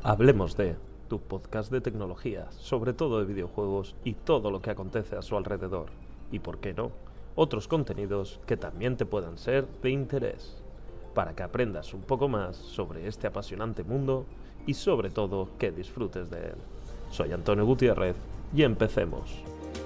Hablemos de tu podcast de tecnología, sobre todo de videojuegos y todo lo que acontece a su alrededor. Y por qué no, otros contenidos que también te puedan ser de interés, para que aprendas un poco más sobre este apasionante mundo y sobre todo que disfrutes de él. Soy Antonio Gutiérrez y empecemos.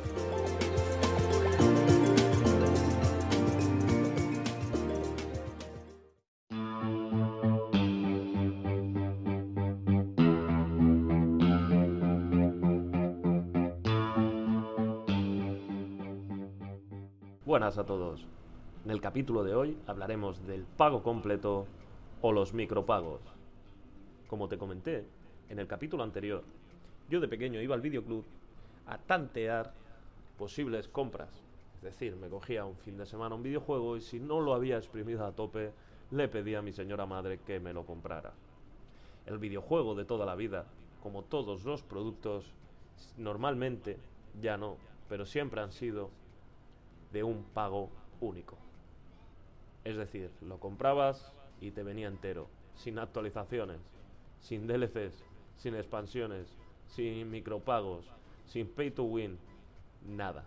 Buenas a todos. En el capítulo de hoy hablaremos del pago completo o los micropagos. Como te comenté en el capítulo anterior, yo de pequeño iba al videoclub a tantear posibles compras. Es decir, me cogía un fin de semana un videojuego y si no lo había exprimido a tope, le pedía a mi señora madre que me lo comprara. El videojuego de toda la vida, como todos los productos, normalmente, ya no, pero siempre han sido de un pago único. Es decir, lo comprabas y te venía entero, sin actualizaciones, sin DLCs, sin expansiones, sin micropagos, sin pay to win, nada.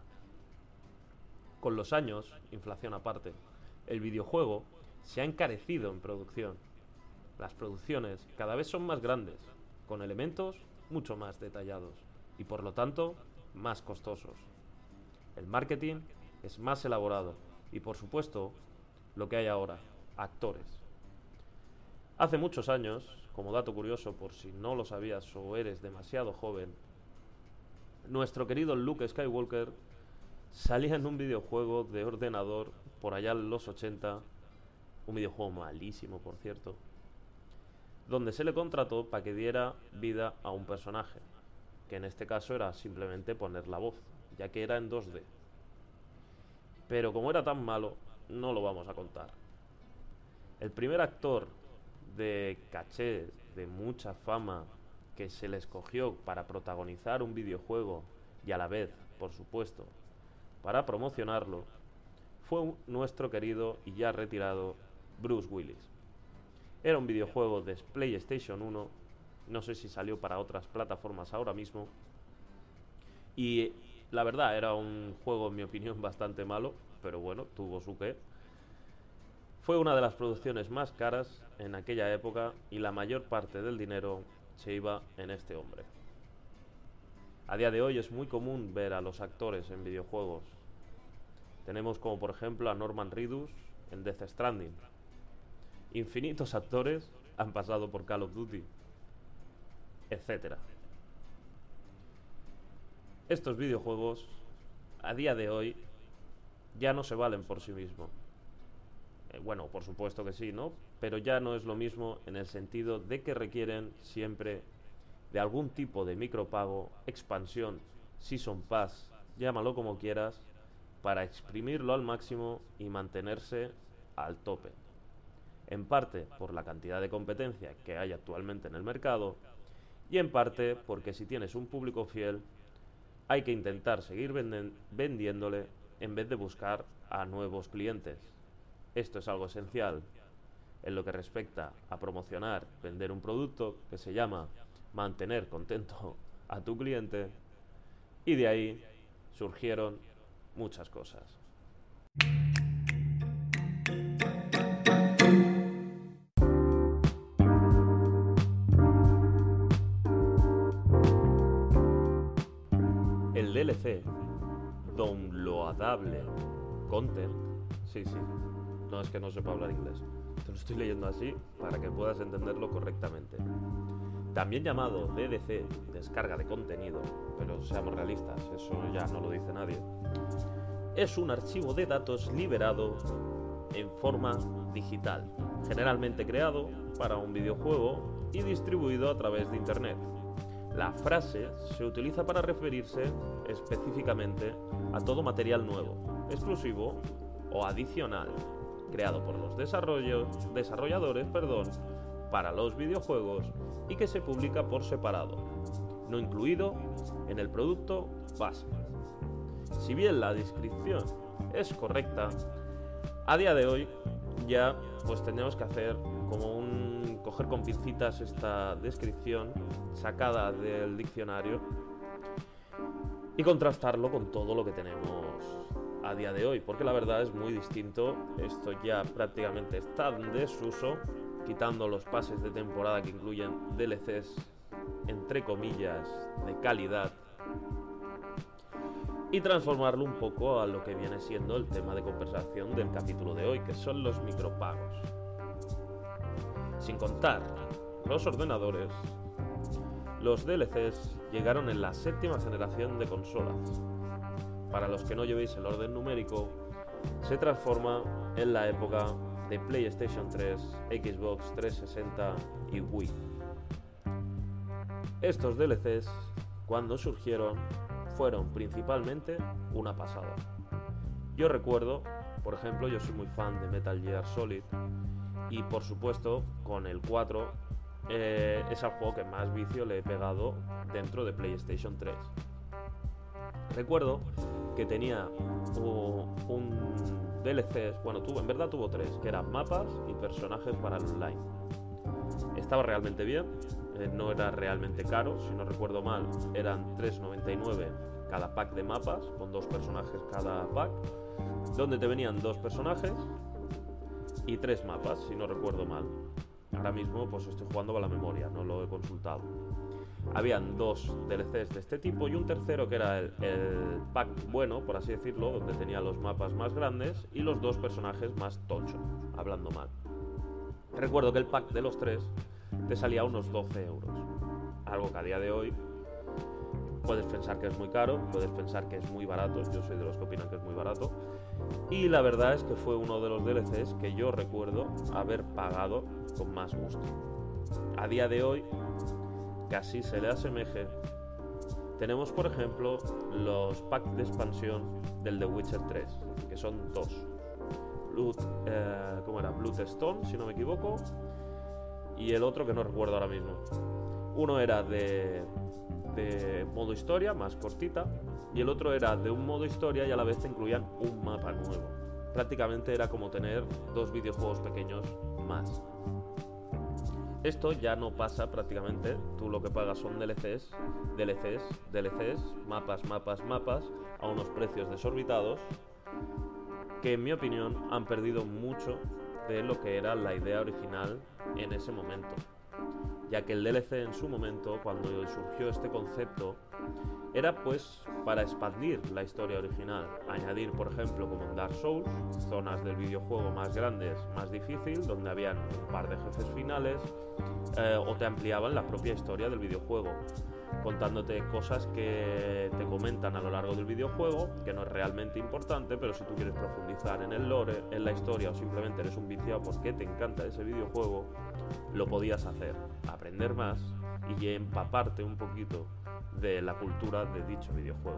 Con los años, inflación aparte, el videojuego se ha encarecido en producción. Las producciones cada vez son más grandes, con elementos mucho más detallados y por lo tanto más costosos. El marketing es más elaborado y por supuesto lo que hay ahora, actores. Hace muchos años, como dato curioso por si no lo sabías o eres demasiado joven, nuestro querido Luke Skywalker salía en un videojuego de ordenador por allá en los 80, un videojuego malísimo por cierto, donde se le contrató para que diera vida a un personaje, que en este caso era simplemente poner la voz, ya que era en 2D. Pero como era tan malo, no lo vamos a contar. El primer actor de caché, de mucha fama, que se le escogió para protagonizar un videojuego y a la vez, por supuesto, para promocionarlo, fue nuestro querido y ya retirado Bruce Willis. Era un videojuego de PlayStation 1, no sé si salió para otras plataformas ahora mismo, y la verdad era un juego en mi opinión bastante malo, pero bueno, tuvo su qué. Fue una de las producciones más caras en aquella época y la mayor parte del dinero se iba en este hombre. A día de hoy es muy común ver a los actores en videojuegos. Tenemos como por ejemplo a Norman Reedus en Death Stranding. Infinitos actores han pasado por Call of Duty, etc. Estos videojuegos, a día de hoy, ya no se valen por sí mismos. Bueno, por supuesto que sí, ¿no? Pero ya no es lo mismo en el sentido de que requieren siempre de algún tipo de micropago, expansión, Season Pass, llámalo como quieras, para exprimirlo al máximo y mantenerse al tope. En parte por la cantidad de competencia que hay actualmente en el mercado y en parte porque si tienes un público fiel, hay que intentar seguir vendiéndole en vez de buscar a nuevos clientes. Esto es algo esencial en lo que respecta a promocionar, vender un producto que se llama mantener contento a tu cliente, y de ahí surgieron muchas cosas. El DLC, Downloadable Content, sí, no es que no sepa hablar inglés, te lo estoy leyendo así para que puedas entenderlo correctamente. También llamado DDC, descarga de contenido, pero seamos realistas, eso ya no lo dice nadie. Es un archivo de datos liberado en forma digital, generalmente creado para un videojuego y distribuido a través de internet. La frase se utiliza para referirse específicamente a todo material nuevo, exclusivo o adicional, creado por los desarrolladores para los videojuegos y que se publica por separado, no incluido en el producto base. Si bien la descripción es correcta, a día de hoy ya pues tenemos que hacer como un coger con pincitas esta descripción sacada del diccionario y contrastarlo con todo lo que tenemos a día de hoy, porque la verdad es muy distinto. Esto ya prácticamente está en desuso, quitando los pases de temporada que incluyen DLCs entre comillas de calidad, y transformarlo un poco a lo que viene siendo el tema de conversación del capítulo de hoy, que son los micropagos. Sin contar los ordenadores, los DLCs llegaron en la 7ª generación de consolas. Para los que no llevéis el orden numérico, se transforma en la época de PlayStation 3, Xbox 360 y Wii. Estos DLCs, cuando surgieron, fueron principalmente una pasada. Yo recuerdo, por ejemplo, yo soy muy fan de Metal Gear Solid y por supuesto con el 4 es el juego que más vicio le he pegado dentro de PlayStation 3. Recuerdo que tenía un DLC, bueno, en verdad tuvo 3, que eran mapas y personajes para el online. Estaba realmente bien, no era realmente caro, si no recuerdo mal, eran 3,99 cada pack de mapas, con 2 personajes cada pack, donde te venían 2 personajes y 3 mapas, si no recuerdo mal. Ahora mismo pues estoy jugando con la memoria, no lo he consultado. Habían 2 DLCs de este tipo y un tercero que era el pack bueno, por así decirlo, donde tenía los mapas más grandes y los 2 personajes más tochos, hablando mal. Recuerdo que el pack de los 3 te salía a unos 12 euros, algo que a día de hoy puedes pensar que es muy caro, puedes pensar que es muy barato, yo soy de los que opinan que es muy barato, y la verdad es que fue uno de los DLCs que yo recuerdo haber pagado con más gusto. A día de hoy, casi se le asemeje, tenemos por ejemplo los packs de expansión del The Witcher 3, que son 2. Bloodstone, si no me equivoco, y el otro que no recuerdo ahora mismo. Uno era de modo historia, más cortita, y el otro era de un modo historia y a la vez te incluían un mapa nuevo. Prácticamente era como tener 2 videojuegos pequeños más. Esto ya no pasa prácticamente, tú lo que pagas son DLCs, mapas, a unos precios desorbitados, que en mi opinión han perdido mucho de lo que era la idea original en ese momento, ya que el DLC en su momento, cuando surgió este concepto, era pues para expandir la historia original, añadir por ejemplo como en Dark Souls, zonas del videojuego más grandes, más difícil, donde habían un par de jefes finales, o te ampliaban la propia historia del videojuego, contándote cosas que te comentan a lo largo del videojuego, que no es realmente importante, pero si tú quieres profundizar en el lore, en la historia, o simplemente eres un viciado porque te encanta ese videojuego, lo podías hacer, aprender más y empaparte un poquito de la cultura de dicho videojuego.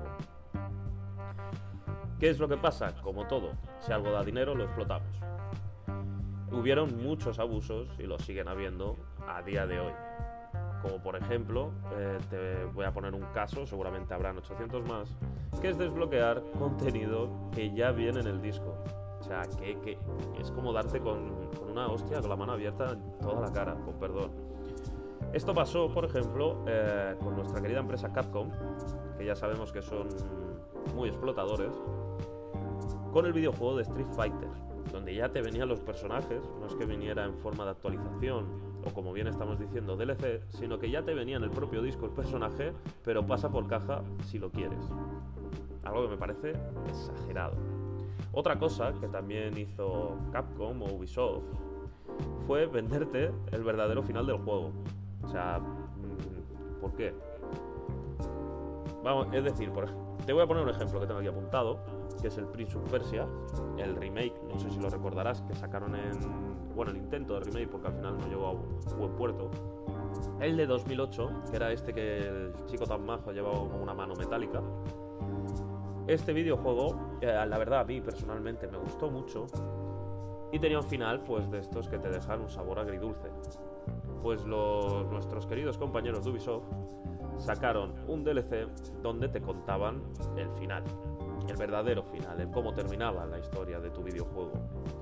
¿Qué es lo que pasa? Como todo, si algo da dinero lo explotamos. Hubieron muchos abusos y los siguen habiendo a día de hoy. Como por ejemplo, te voy a poner un caso, seguramente habrán 800 más, que es desbloquear contenido que ya viene en el disco. O sea, que es como darte con una hostia, con la mano abierta en toda la cara, con perdón. Esto pasó, por ejemplo, con nuestra querida empresa Capcom, que ya sabemos que son muy explotadores, con el videojuego de Street Fighter, donde ya te venían los personajes, no es que viniera en forma de actualización o como bien estamos diciendo DLC, sino que ya te venía en el propio disco el personaje, pero pasa por caja si lo quieres. Algo que me parece exagerado. Otra cosa que también hizo Capcom o Ubisoft fue venderte el verdadero final del juego. O sea, ¿por qué? Vamos, es decir, te voy a poner un ejemplo que tengo aquí apuntado, que es el Prince of Persia, el remake, no sé si lo recordarás, que sacaron el intento de remake, porque al final no llegó a buen puerto. El de 2008, que era este que el chico tan majo llevaba como una mano metálica. Este videojuego, la verdad a mí personalmente me gustó mucho y tenía un final pues de estos que te dejan un sabor agridulce. Pues nuestros queridos compañeros de Ubisoft sacaron un DLC donde te contaban el final, el verdadero final, el cómo terminaba la historia de tu videojuego.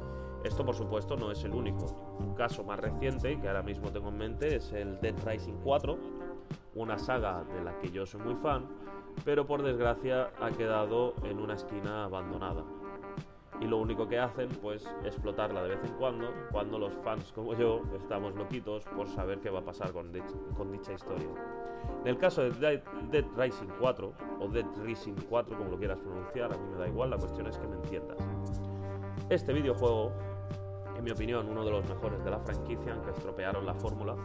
Esto, por supuesto, no es el único. Un caso más reciente que ahora mismo tengo en mente es el Dead Rising 4, una saga de la que yo soy muy fan, pero por desgracia ha quedado en una esquina abandonada. Y lo único que hacen, pues, explotarla de vez en cuando los fans como yo estamos loquitos por saber qué va a pasar con dicha historia. En el caso de Dead Rising 4, o Dead Rising 4, como lo quieras pronunciar, a mí me da igual, la cuestión es que me entiendas. Este videojuego, en mi opinión, uno de los mejores de la franquicia, aunque estropearon la fórmula,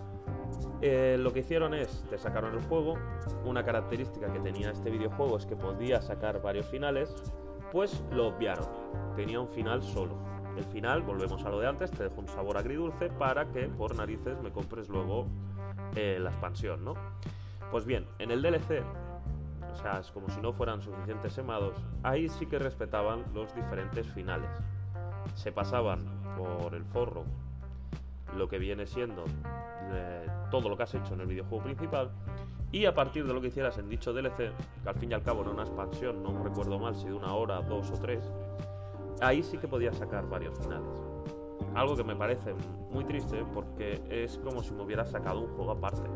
lo que hicieron es, te sacaron el juego. Una característica que tenía este videojuego es que podía sacar varios finales, pues lo obviaron. Tenía un final solo. El final, volvemos a lo de antes, te dejo un sabor agridulce para que por narices me compres luego la expansión, ¿no? Pues bien, en el DLC, o sea, es como si no fueran suficientes emados, ahí sí que respetaban los diferentes finales. Se pasaban por el forro lo que viene siendo todo lo que has hecho en el videojuego principal, y a partir de lo que hicieras en dicho DLC, que al fin y al cabo era una expansión, no recuerdo mal si de 1 hora, 2 o 3, ahí sí que podías sacar varios finales. Algo que me parece muy triste porque es como si me hubieras sacado un juego aparte.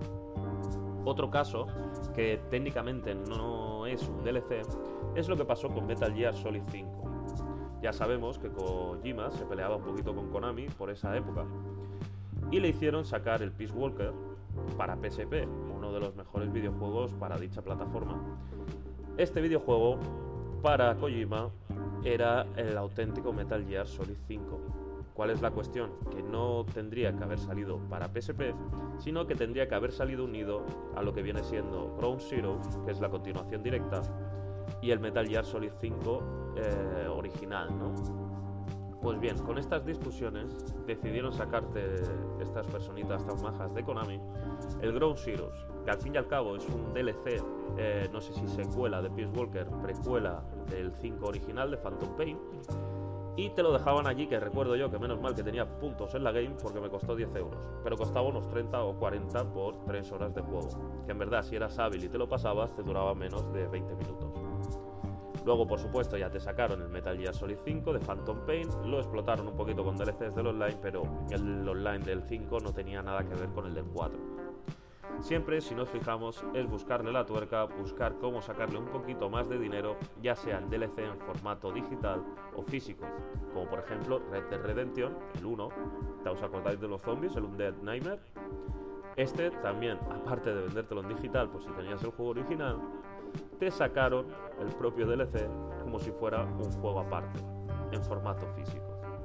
Otro caso, que técnicamente no es un DLC, es lo que pasó con Metal Gear Solid 5. Ya sabemos que Kojima se peleaba un poquito con Konami por esa época y le hicieron sacar el Peace Walker para PSP, uno de los mejores videojuegos para dicha plataforma. Este videojuego para Kojima era el auténtico Metal Gear Solid 5. ¿Cuál es la cuestión? Que no tendría que haber salido para PSP, sino que tendría que haber salido unido a lo que viene siendo Ground Zero, que es la continuación directa, y el Metal Gear Solid 5 original, ¿no? Pues bien, con estas discusiones decidieron sacarte estas personitas tan majas de Konami el Ground Zeroes, que al fin y al cabo es un DLC, no sé si secuela de Peace Walker, precuela del 5 original de Phantom Pain, y te lo dejaban allí, que recuerdo yo que menos mal que tenía puntos en la game porque me costó 10 euros, pero costaba unos 30 o 40 por 3 horas de juego, que en verdad si eras hábil y te lo pasabas te duraba menos de 20 minutos. Luego, por supuesto, ya te sacaron el Metal Gear Solid 5 de Phantom Pain, lo explotaron un poquito con DLCs del online, pero el online del 5 no tenía nada que ver con el del 4. Siempre, si nos fijamos, es buscarle la tuerca, buscar cómo sacarle un poquito más de dinero, ya sea en DLC en formato digital o físico, como por ejemplo Red Dead Redemption, el 1, ¿os acordáis de los zombies, el Undead Nightmare? Este también, aparte de vendértelo en digital, pues si tenías el juego original, te sacaron el propio DLC como si fuera un juego aparte, en formato físico.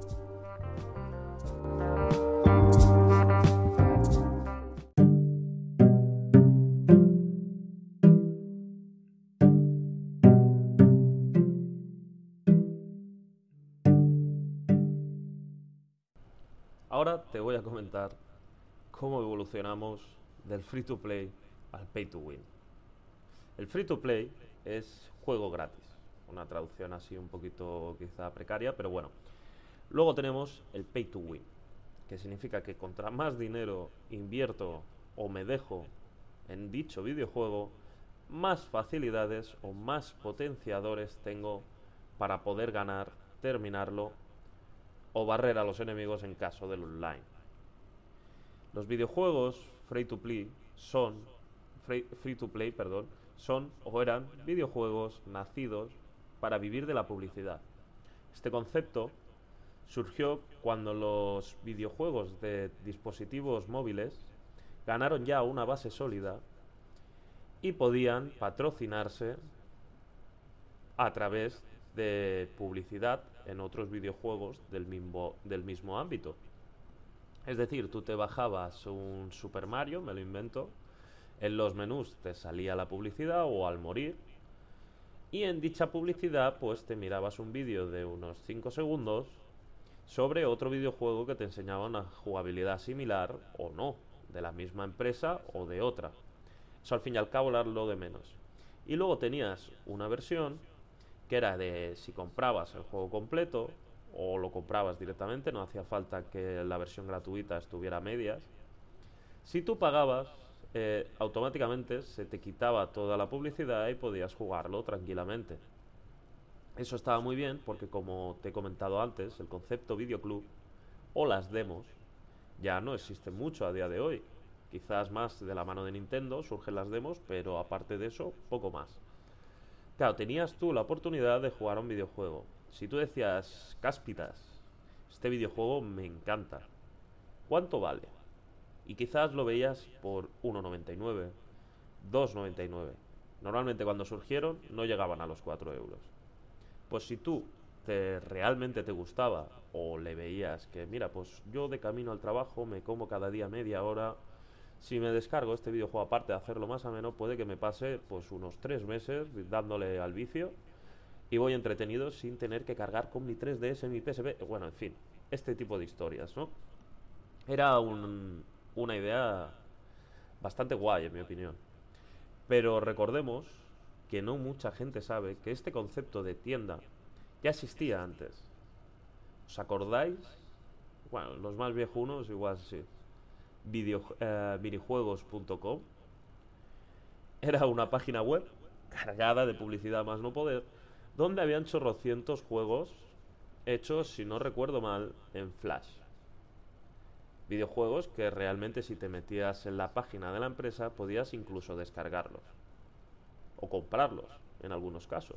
Ahora te voy a comentar cómo evolucionamos del free to play al pay to win. El free to play es juego gratis, una traducción así un poquito quizá precaria, pero bueno. Luego tenemos el pay to win, que significa que contra más dinero invierto o me dejo en dicho videojuego, más facilidades o más potenciadores tengo para poder ganar, terminarlo o barrer a los enemigos en caso del online. Los videojuegos free to play son o eran videojuegos nacidos para vivir de la publicidad. Este concepto surgió cuando los videojuegos de dispositivos móviles ganaron ya una base sólida y podían patrocinarse a través de publicidad en otros videojuegos del mismo ámbito. Es decir, tú te bajabas un Super Mario, me lo invento, en los menús te salía la publicidad o al morir, y en dicha publicidad pues te mirabas un vídeo de unos 5 segundos sobre otro videojuego que te enseñaba una jugabilidad similar o no, de la misma empresa o de otra. Eso al fin y al cabo era lo de menos. Y luego tenías una versión que era de si comprabas el juego completo o lo comprabas directamente, no hacía falta que la versión gratuita estuviera a medias. Si tú pagabas, automáticamente se te quitaba toda la publicidad y podías jugarlo tranquilamente. Eso estaba muy bien porque, como te he comentado antes, el concepto videoclub o las demos ya no existen mucho a día de hoy. Quizás más de la mano de Nintendo surgen las demos, pero aparte de eso, poco más. Claro, tenías tú la oportunidad de jugar a un videojuego. Si tú decías, Cáspitas, este videojuego me encanta, ¿cuánto vale? Y quizás lo veías por 1,99, 2,99. Normalmente cuando surgieron no llegaban a los 4 euros. Pues si tú realmente te gustaba o le veías que, mira, pues yo de camino al trabajo me como cada día media hora, si me descargo este videojuego aparte de hacerlo más ameno, puede que me pase pues unos 3 meses dándole al vicio y voy entretenido sin tener que cargar con mi 3DS, mi PSP, bueno, en fin, este tipo de historias, ¿no? Era una idea bastante guay, en mi opinión. Pero recordemos que no mucha gente sabe que este concepto de tienda ya existía antes. ¿Os acordáis? Bueno, los más viejunos igual sí. Minijuegos.com era una página web cargada de publicidad más no poder, donde habían chorrocientos juegos hechos, si no recuerdo mal, en Flash. Videojuegos que realmente, si te metías en la página de la empresa, podías incluso descargarlos o comprarlos en algunos casos.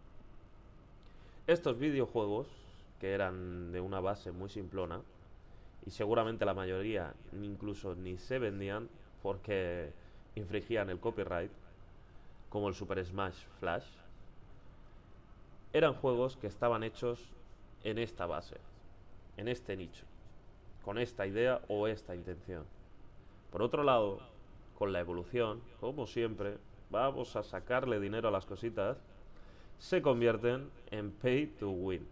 Estos videojuegos, que eran de una base muy simplona, y seguramente la mayoría incluso ni se vendían porque infringían el copyright, como el Super Smash Flash, eran juegos que estaban hechos en esta base, en este nicho, con esta idea o esta intención. Por otro lado, con la evolución, como siempre, vamos a sacarle dinero a las cositas, se convierten en pay to win.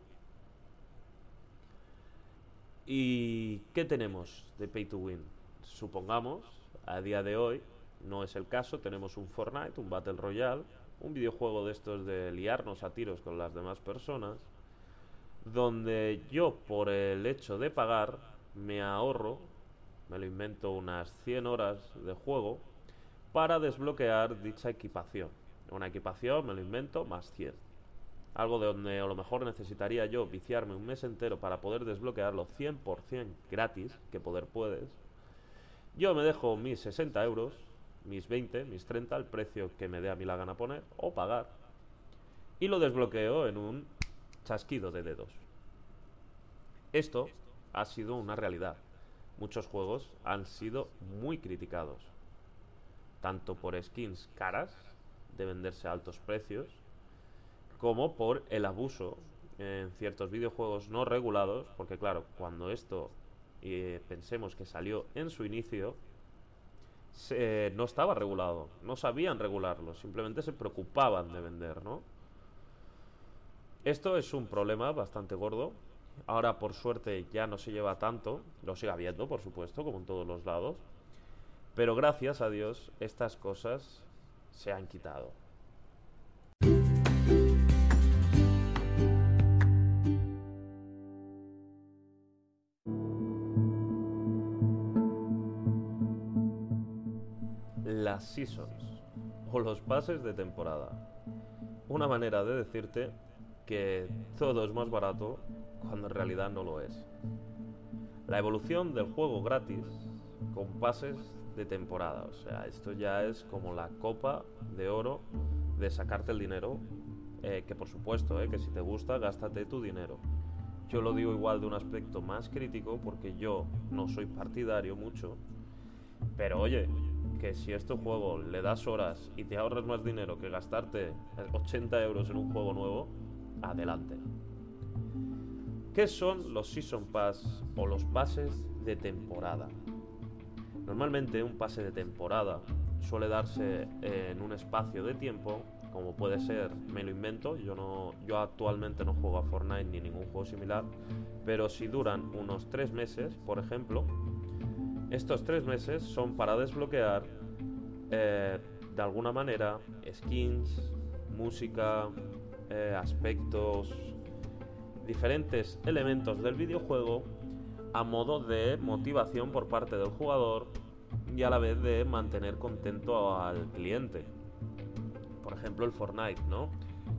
¿Y qué tenemos de pay to win? Supongamos, a día de hoy, no es el caso, tenemos un Fortnite, un Battle Royale, un videojuego de estos de liarnos a tiros con las demás personas, donde yo, por el hecho de pagar, me ahorro, me lo invento, unas 100 horas de juego para desbloquear dicha equipación. Una equipación, me lo invento, más 100. Algo de donde a lo mejor necesitaría yo viciarme un mes entero para poder desbloquearlo 100% gratis, que poder puedes. Yo me dejo mis 60 euros, mis 20, mis 30, el precio que me dé a mí la gana poner, o pagar, y lo desbloqueo en un chasquido de dedos. Esto ha sido una realidad. Muchos juegos han sido muy criticados, tanto por skins caras, de venderse a altos precios, como por el abuso en ciertos videojuegos no regulados, porque claro, cuando esto pensemos que salió en su inicio, no estaba regulado, no sabían regularlo, simplemente se preocupaban de vender, ¿no? Esto es un problema bastante gordo. Ahora, por suerte, ya no se lleva tanto, lo sigue habiendo, por supuesto, como en todos los lados, pero gracias a Dios estas cosas se han quitado. Las seasons o los pases de temporada. Una manera de decirte que todo es más barato cuando en realidad no lo es. La evolución del juego gratis con pases de temporada. O sea, esto ya es como la copa de oro de sacarte el dinero. Que por supuesto, que si te gusta, gástate tu dinero. Yo lo digo igual de un aspecto más crítico porque yo no soy partidario mucho. Pero oye, que si a este juego le das horas y te ahorras más dinero que gastarte 80 euros en un juego nuevo, adelante. ¿Qué son los Season Pass o los pases de temporada? Normalmente un pase de temporada suele darse en un espacio de tiempo, como puede ser, me lo invento, yo actualmente no juego a Fortnite ni ningún juego similar, pero si duran unos 3 meses, por ejemplo, estos 3 meses son para desbloquear de alguna manera skins, música, aspectos, diferentes elementos del videojuego a modo de motivación por parte del jugador y a la vez de mantener contento al cliente. Por ejemplo, el Fortnite, ¿no?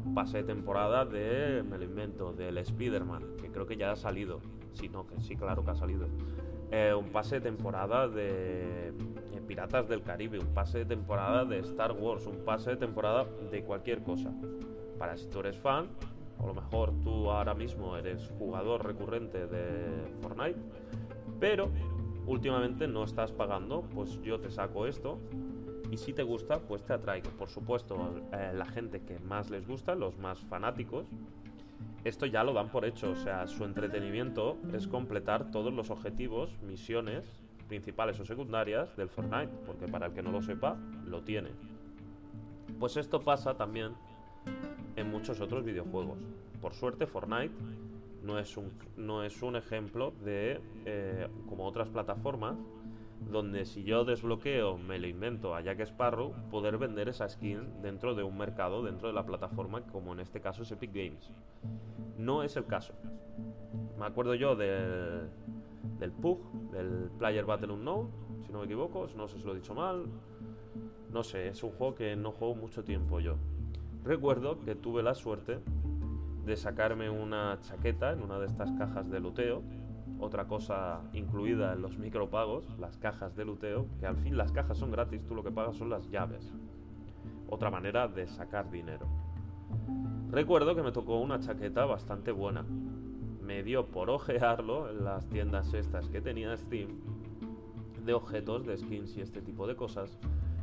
pase de temporada de, me lo invento, del Spider-Man, que creo que ya ha salido. Sí, no, que sí, claro que ha salido. Un pase de temporada de Piratas del Caribe, un pase de temporada de Star Wars, un pase de temporada de cualquier cosa. Para si tú eres fan, o a lo mejor tú ahora mismo eres jugador recurrente de Fortnite, pero últimamente no estás pagando, pues yo te saco esto. Y si te gusta, pues te atraigo. Por supuesto, la gente que más les gusta, los más fanáticos, esto ya lo dan por hecho. O sea, su entretenimiento es completar todos los objetivos, misiones principales o secundarias del Fortnite. Porque para el que no lo sepa, lo tiene. Pues esto pasa también en muchos otros videojuegos. Por suerte, Fortnite no es un ejemplo de, como otras plataformas, donde si yo desbloqueo, me lo invento, a Jack Sparrow, poder vender esa skin dentro de un mercado, dentro de la plataforma, como en este caso es Epic Games. No es el caso. Me acuerdo yo del PUG, del Player Battle Unknown, si no me equivoco, no sé si lo he dicho mal. No sé, es un juego que no juego mucho tiempo yo. Recuerdo que tuve la suerte de sacarme una chaqueta en una de estas cajas de luteo. Otra cosa incluida en los micropagos, las cajas de luteo, que al fin las cajas son gratis, tú lo que pagas son las llaves. Otra manera de sacar dinero. Recuerdo que me tocó una chaqueta bastante buena. Me dio por ojearlo en las tiendas estas que tenía Steam, de objetos, de skins y este tipo de cosas,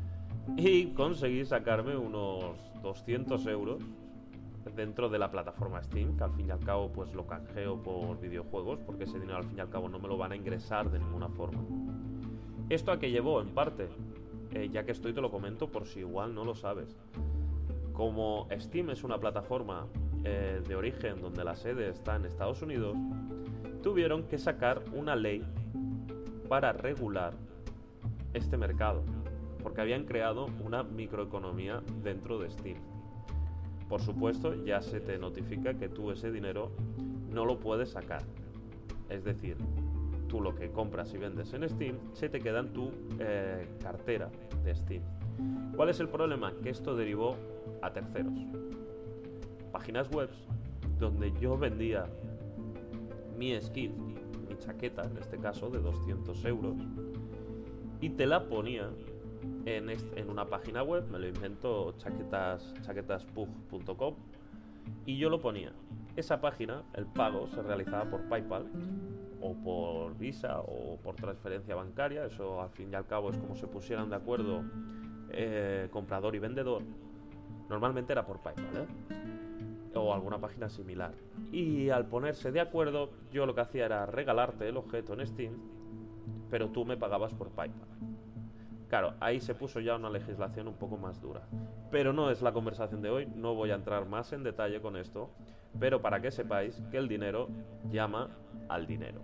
y conseguí sacarme unos 200 euros dentro de la plataforma Steam, que al fin y al cabo pues lo canjeo por videojuegos, porque ese dinero al fin y al cabo no me lo van a ingresar de ninguna forma. ¿Esto a qué llevó? En parte, ya que estoy te lo comento por si igual no lo sabes. Como Steam es una plataforma de origen donde la sede está en Estados Unidos, tuvieron que sacar una ley para regular este mercado, porque habían creado una microeconomía dentro de Steam. Por supuesto, ya se te notifica que tú ese dinero no lo puedes sacar. Es decir, tú lo que compras y vendes en Steam se te queda en tu cartera de Steam. ¿Cuál es el problema? Que esto derivó a terceros. Páginas web donde yo vendía mi skin, mi chaqueta, en este caso, de 200 euros, y te la ponía en una página web, me lo invento, chaquetaspug.com, y yo lo ponía. Esa página, el pago se realizaba por PayPal o por Visa o por transferencia bancaria. Eso al fin y al cabo es como se pusieran de acuerdo comprador y vendedor. Normalmente era por PayPal, o alguna página similar. Y al ponerse de acuerdo, yo lo que hacía era regalarte el objeto en Steam, pero tú me pagabas por PayPal. Claro, ahí se puso ya una legislación un poco más dura. Pero no es la conversación de hoy, no voy a entrar más en detalle con esto, pero para que sepáis que el dinero llama al dinero.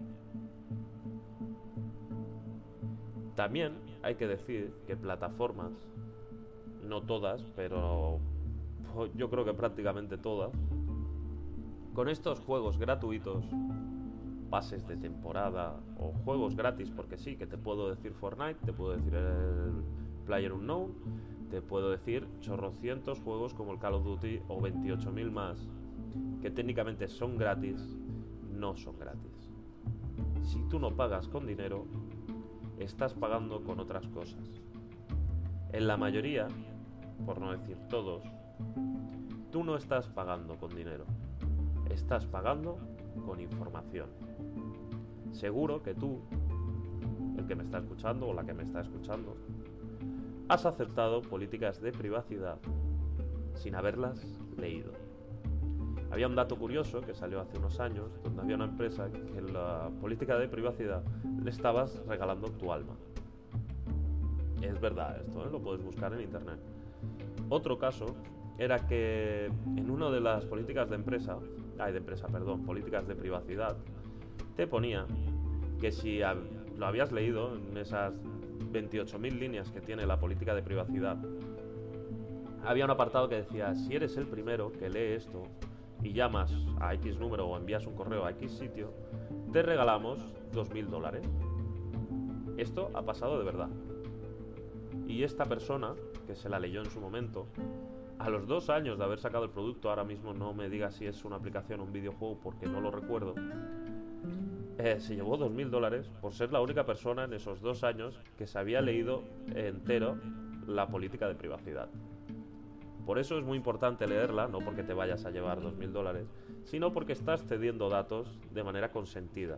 También hay que decir que plataformas, no todas, pero yo creo que prácticamente todas, con estos juegos gratuitos, pases de temporada o juegos gratis, porque sí, que te puedo decir Fortnite, te puedo decir el PlayerUnknown, te puedo decir chorrocientos juegos como el Call of Duty o 28.000 más, que técnicamente son gratis, no son gratis. Si tú no pagas con dinero, estás pagando con otras cosas. En la mayoría, por no decir todos, tú no estás pagando con dinero, estás pagando con información. Seguro que tú, el que me está escuchando o la que me está escuchando, has aceptado políticas de privacidad sin haberlas leído. Había un dato curioso que salió hace unos años, donde había una empresa que en la política de privacidad le estabas regalando tu alma. Es verdad esto, lo puedes buscar en internet. Otro caso era que en una de las políticas políticas de privacidad, te ponía que si lo habías leído en esas 28.000 líneas que tiene la política de privacidad, había un apartado que decía: si eres el primero que lee esto y llamas a X número o envías un correo a X sitio, te regalamos $2.000. Esto ha pasado de verdad. Y esta persona, que se la leyó en su momento, A los 2 años de haber sacado el producto, ahora mismo no me digas si es una aplicación o un videojuego porque no lo recuerdo, se llevó $2000 por ser la única persona en esos 2 años que se había leído entero la política de privacidad. Por eso es muy importante leerla, no porque te vayas a llevar $2000, sino porque estás cediendo datos de manera consentida.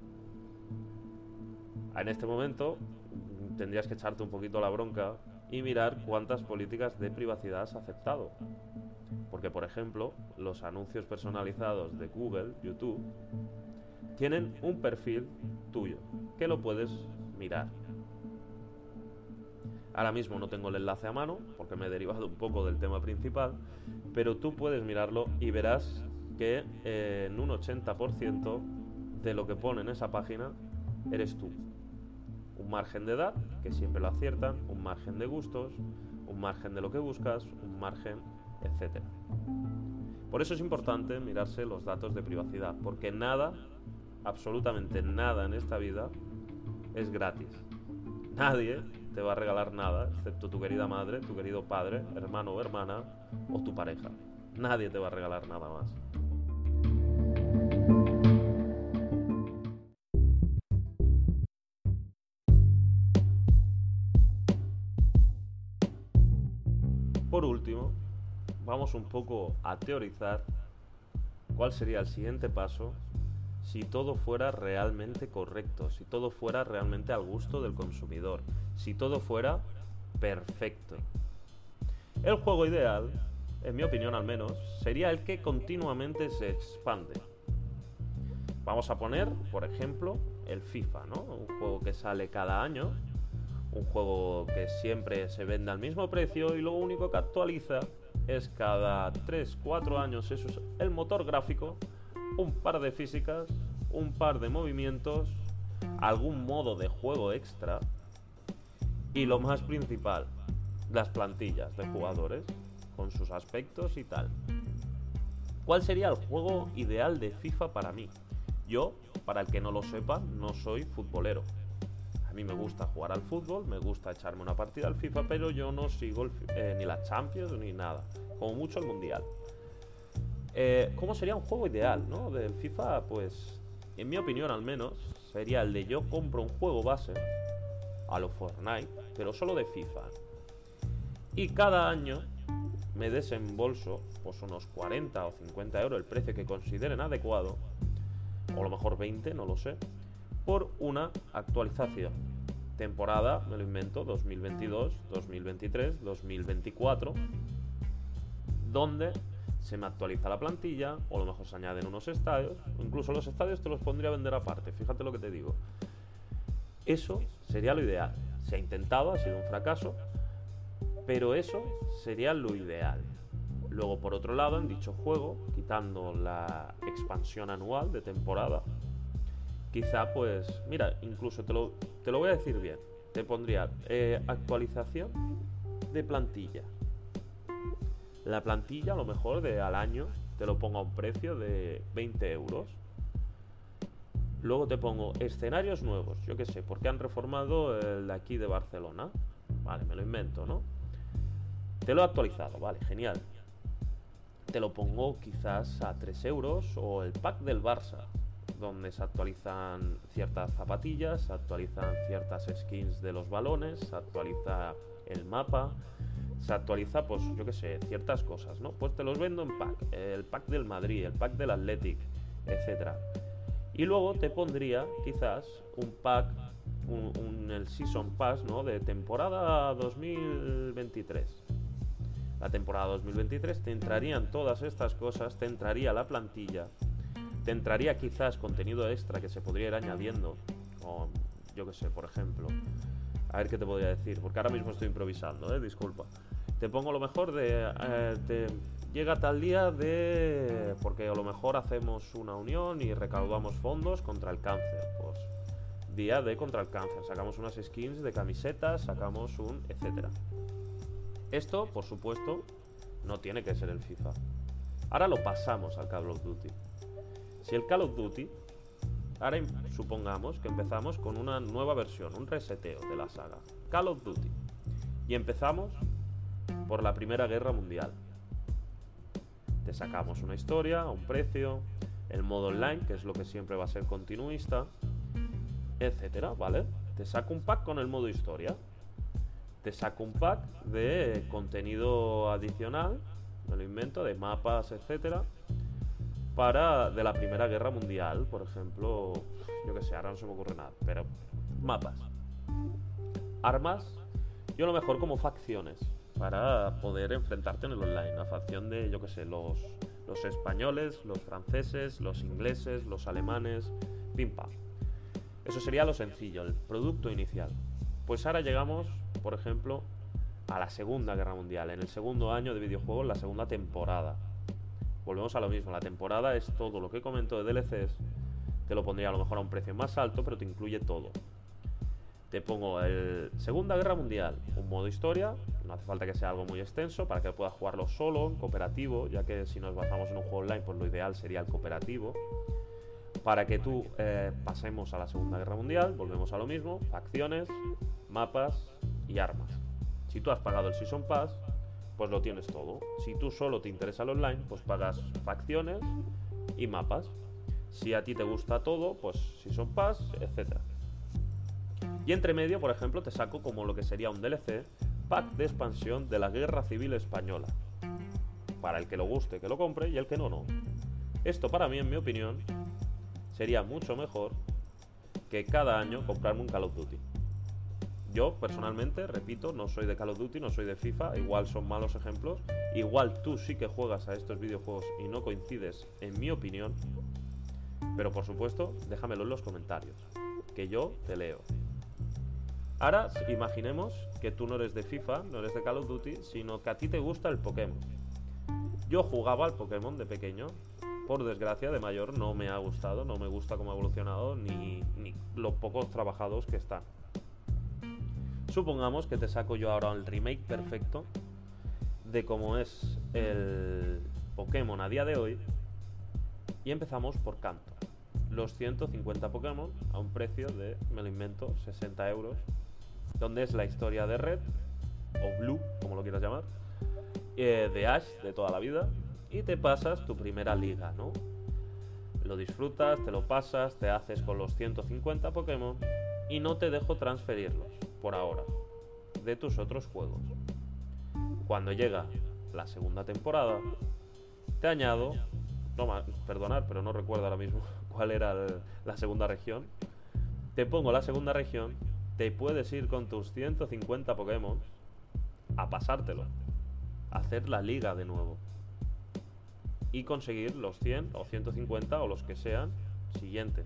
En este momento tendrías que echarte un poquito la bronca y mirar cuántas políticas de privacidad has aceptado. Porque, por ejemplo, los anuncios personalizados de Google, YouTube, tienen un perfil tuyo, que lo puedes mirar. Ahora mismo no tengo el enlace a mano, porque me he derivado un poco del tema principal, pero tú puedes mirarlo y verás que en un 80% de lo que pone en esa página eres tú. Un margen de edad, que siempre lo aciertan, un margen de gustos, un margen de lo que buscas, un margen, etc. Por eso es importante mirarse los datos de privacidad, porque nada, absolutamente nada en esta vida es gratis. Nadie te va a regalar nada, excepto tu querida madre, tu querido padre, hermano o hermana, o tu pareja. Nadie te va a regalar nada más. Por último, vamos un poco a teorizar cuál sería el siguiente paso si todo fuera realmente correcto, si todo fuera realmente al gusto del consumidor, si todo fuera perfecto. El juego ideal, en mi opinión al menos, sería el que continuamente se expande. Vamos a poner, por ejemplo, el FIFA, ¿no? Un juego que sale cada año, un juego que siempre se vende al mismo precio y lo único que actualiza es cada 3-4 años eso es el motor gráfico, un par de físicas, un par de movimientos, algún modo de juego extra y lo más principal, las plantillas de jugadores con sus aspectos y tal. ¿Cuál sería el juego ideal de FIFA para mí? Yo, para el que no lo sepa, no soy futbolero. A mí me gusta jugar al fútbol, me gusta echarme una partida al FIFA, pero yo no sigo ni la Champions ni nada, como mucho el Mundial. ¿Cómo sería un juego ideal, ¿no? Del FIFA? Pues, en mi opinión al menos, sería el de yo compro un juego base, a lo Fortnite, pero solo de FIFA. Y cada año me desembolso pues unos 40 o 50 euros, el precio que consideren adecuado, o a lo mejor 20, no lo sé, por una actualización. Temporada, me lo invento, 2022, 2023, 2024, donde se me actualiza la plantilla, o a lo mejor se añaden unos estadios, o incluso los estadios te los pondría a vender aparte, fíjate lo que te digo. Eso sería lo ideal. Se ha intentado, ha sido un fracaso, pero eso sería lo ideal. Luego, por otro lado, en dicho juego, quitando la expansión anual de temporada, quizá, pues, mira, incluso te lo voy a decir bien. Te pondría actualización de plantilla. La plantilla, a lo mejor, al año, te lo pongo a un precio de 20 euros. Luego te pongo escenarios nuevos, yo qué sé, porque han reformado el de aquí de Barcelona. Vale, me lo invento, ¿no? Te lo he actualizado, vale, genial. Te lo pongo quizás a 3 euros o el pack del Barça, donde se actualizan ciertas zapatillas, se actualizan ciertas skins de los balones, se actualiza el mapa, se actualiza, pues yo qué sé, ciertas cosas, ¿no? Pues te los vendo en pack, el pack del Madrid, el pack del Athletic, etcétera. Y luego te pondría quizás un pack, el Season Pass, ¿no? De temporada 2023. La temporada 2023 te entrarían todas estas cosas, te entraría la plantilla, te entraría quizás contenido extra que se podría ir añadiendo, o yo qué sé, por ejemplo, a ver qué te podría decir, porque ahora mismo estoy improvisando, disculpa. Te pongo lo mejor llega tal día porque a lo mejor hacemos una unión y recaudamos fondos contra el cáncer, pues día de contra el cáncer, sacamos unas skins de camisetas, sacamos etcétera. Esto, por supuesto, no tiene que ser el FIFA. Ahora lo pasamos al Call of Duty. Si el Call of Duty, ahora supongamos que empezamos con una nueva versión, un reseteo de la saga Call of Duty, y empezamos por la Primera Guerra Mundial. Te sacamos una historia a un precio, el modo online, que es lo que siempre va a ser continuista, etcétera, ¿vale? Te saco un pack con el modo historia. Te saco un pack de contenido adicional, me lo invento, de mapas, etcétera, de la Primera Guerra Mundial, por ejemplo, yo que sé, ahora no se me ocurre nada, pero mapas, armas, yo lo mejor como facciones, para poder enfrentarte en el online, la facción de, yo que sé, los españoles, los franceses, los ingleses, los alemanes, pim pam. Eso sería lo sencillo, el producto inicial. Pues ahora llegamos, por ejemplo, a la Segunda Guerra Mundial, en el segundo año de videojuegos, la segunda temporada. Volvemos a lo mismo, la temporada es todo lo que comento de DLCs, te lo pondría a lo mejor a un precio más alto, pero te incluye todo. Te pongo el Segunda Guerra Mundial, un modo historia, no hace falta que sea algo muy extenso para que puedas jugarlo solo, en cooperativo, ya que si nos basamos en un juego online, pues lo ideal sería el cooperativo. Para que tú pasemos a la Segunda Guerra Mundial, volvemos a lo mismo, facciones, mapas y armas. Si tú has pagado el Season Pass, pues lo tienes todo. Si tú solo te interesa el online, pues pagas facciones y mapas. Si a ti te gusta todo, pues Season Pass, etc. Y entre medio, por ejemplo, te saco como lo que sería un DLC, pack de expansión de la Guerra Civil Española. Para el que lo guste, que lo compre, y el que no, no. Esto para mí, en mi opinión, sería mucho mejor que cada año comprarme un Call of Duty. Yo, personalmente, repito, no soy de Call of Duty, no soy de FIFA, igual son malos ejemplos, igual tú sí que juegas a estos videojuegos y no coincides en mi opinión, pero por supuesto, déjamelo en los comentarios, que yo te leo. Ahora, imaginemos que tú no eres de FIFA, no eres de Call of Duty, sino que a ti te gusta el Pokémon. Yo jugaba al Pokémon de pequeño. Por desgracia, de mayor no me ha gustado, no me gusta cómo ha evolucionado ni los pocos trabajados que están. Supongamos que te saco yo ahora el remake perfecto de cómo es el Pokémon a día de hoy y empezamos por Kanto. Los 150 Pokémon a un precio de, me lo invento, 60 euros, donde es la historia de Red, o Blue, como lo quieras llamar, de Ash de toda la vida, y te pasas tu primera liga, ¿no? Lo disfrutas, te lo pasas, te haces con los 150 Pokémon y no te dejo transferirlos, por ahora, de tus otros juegos. Cuando llega la segunda temporada, te añado, perdonad, pero no recuerdo ahora mismo cuál era la segunda región. Te pongo la segunda región, te puedes ir con tus 150 Pokémon a pasártelo, a hacer la liga de nuevo y conseguir los 100 o 150 o los que sean siguientes.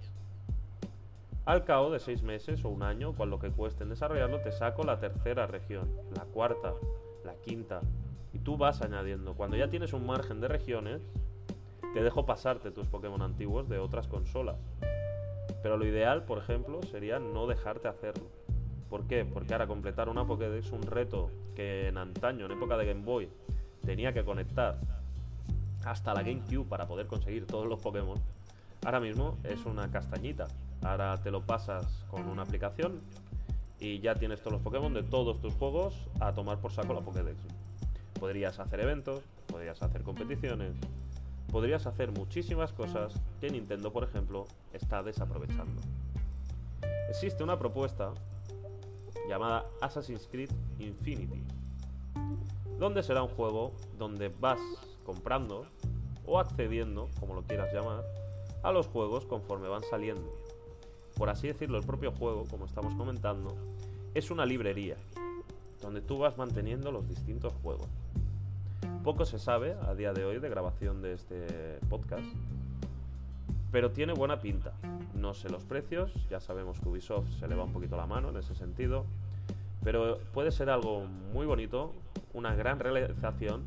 Al cabo de 6 meses o un año, con lo que cueste en desarrollarlo, te saco la tercera región, la cuarta, la quinta, y tú vas añadiendo. Cuando ya tienes un margen de regiones, te dejo pasarte tus Pokémon antiguos de otras consolas. Pero lo ideal, por ejemplo, sería no dejarte hacerlo. ¿Por qué? Porque ahora completar una Pokédex, un reto que en antaño, en época de Game Boy, tenía que conectar hasta la GameCube para poder conseguir todos los Pokémon, ahora mismo es una castañita. Ahora te lo pasas con una aplicación y ya tienes todos los Pokémon de todos tus juegos a tomar por saco la Pokédex. Podrías hacer eventos, podrías hacer competiciones, podrías hacer muchísimas cosas que Nintendo, por ejemplo, está desaprovechando. Existe una propuesta llamada Assassin's Creed Infinity, donde será un juego donde vas comprando o accediendo, como lo quieras llamar, a los juegos conforme van saliendo. Por así decirlo, el propio juego, como estamos comentando, es una librería donde tú vas manteniendo los distintos juegos. Poco se sabe a día de hoy de grabación de este podcast, pero tiene buena pinta. No sé los precios, ya sabemos que Ubisoft se le va un poquito la mano en ese sentido, pero puede ser algo muy bonito, una gran realización.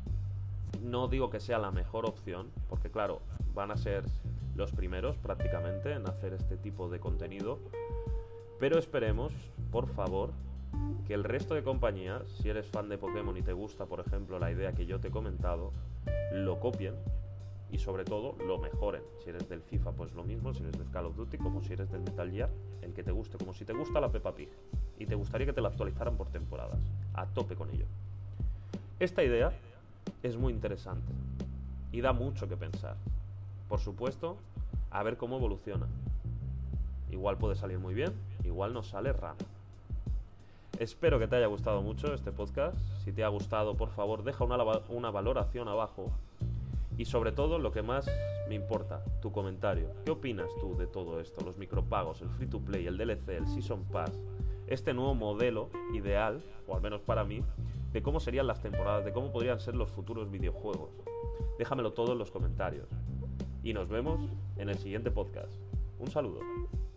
No digo que sea la mejor opción, porque claro, van a ser los primeros prácticamente en hacer este tipo de contenido, pero esperemos, por favor, que el resto de compañías, si eres fan de Pokémon y te gusta, por ejemplo, la idea que yo te he comentado, lo copien y sobre todo lo mejoren. Si eres del FIFA, pues lo mismo, si eres del Call of Duty, como si eres del Metal Gear, el que te guste, como si te gusta la Peppa Pig y te gustaría que te la actualizaran por temporadas, a tope con ello. Esta idea es muy interesante. y da mucho que pensar. Por supuesto, a ver cómo evoluciona. Igual puede salir muy bien, igual nos sale raro. Espero que te haya gustado mucho este podcast. Si te ha gustado, por favor, deja una valoración abajo. Y sobre todo, lo que más me importa, tu comentario. ¿Qué opinas tú de todo esto? Los micropagos, el free to play, el DLC, el Season Pass. Este nuevo modelo ideal, o al menos para mí, de cómo serían las temporadas, de cómo podrían ser los futuros videojuegos. Déjamelo todo en los comentarios. Y nos vemos en el siguiente podcast. Un saludo.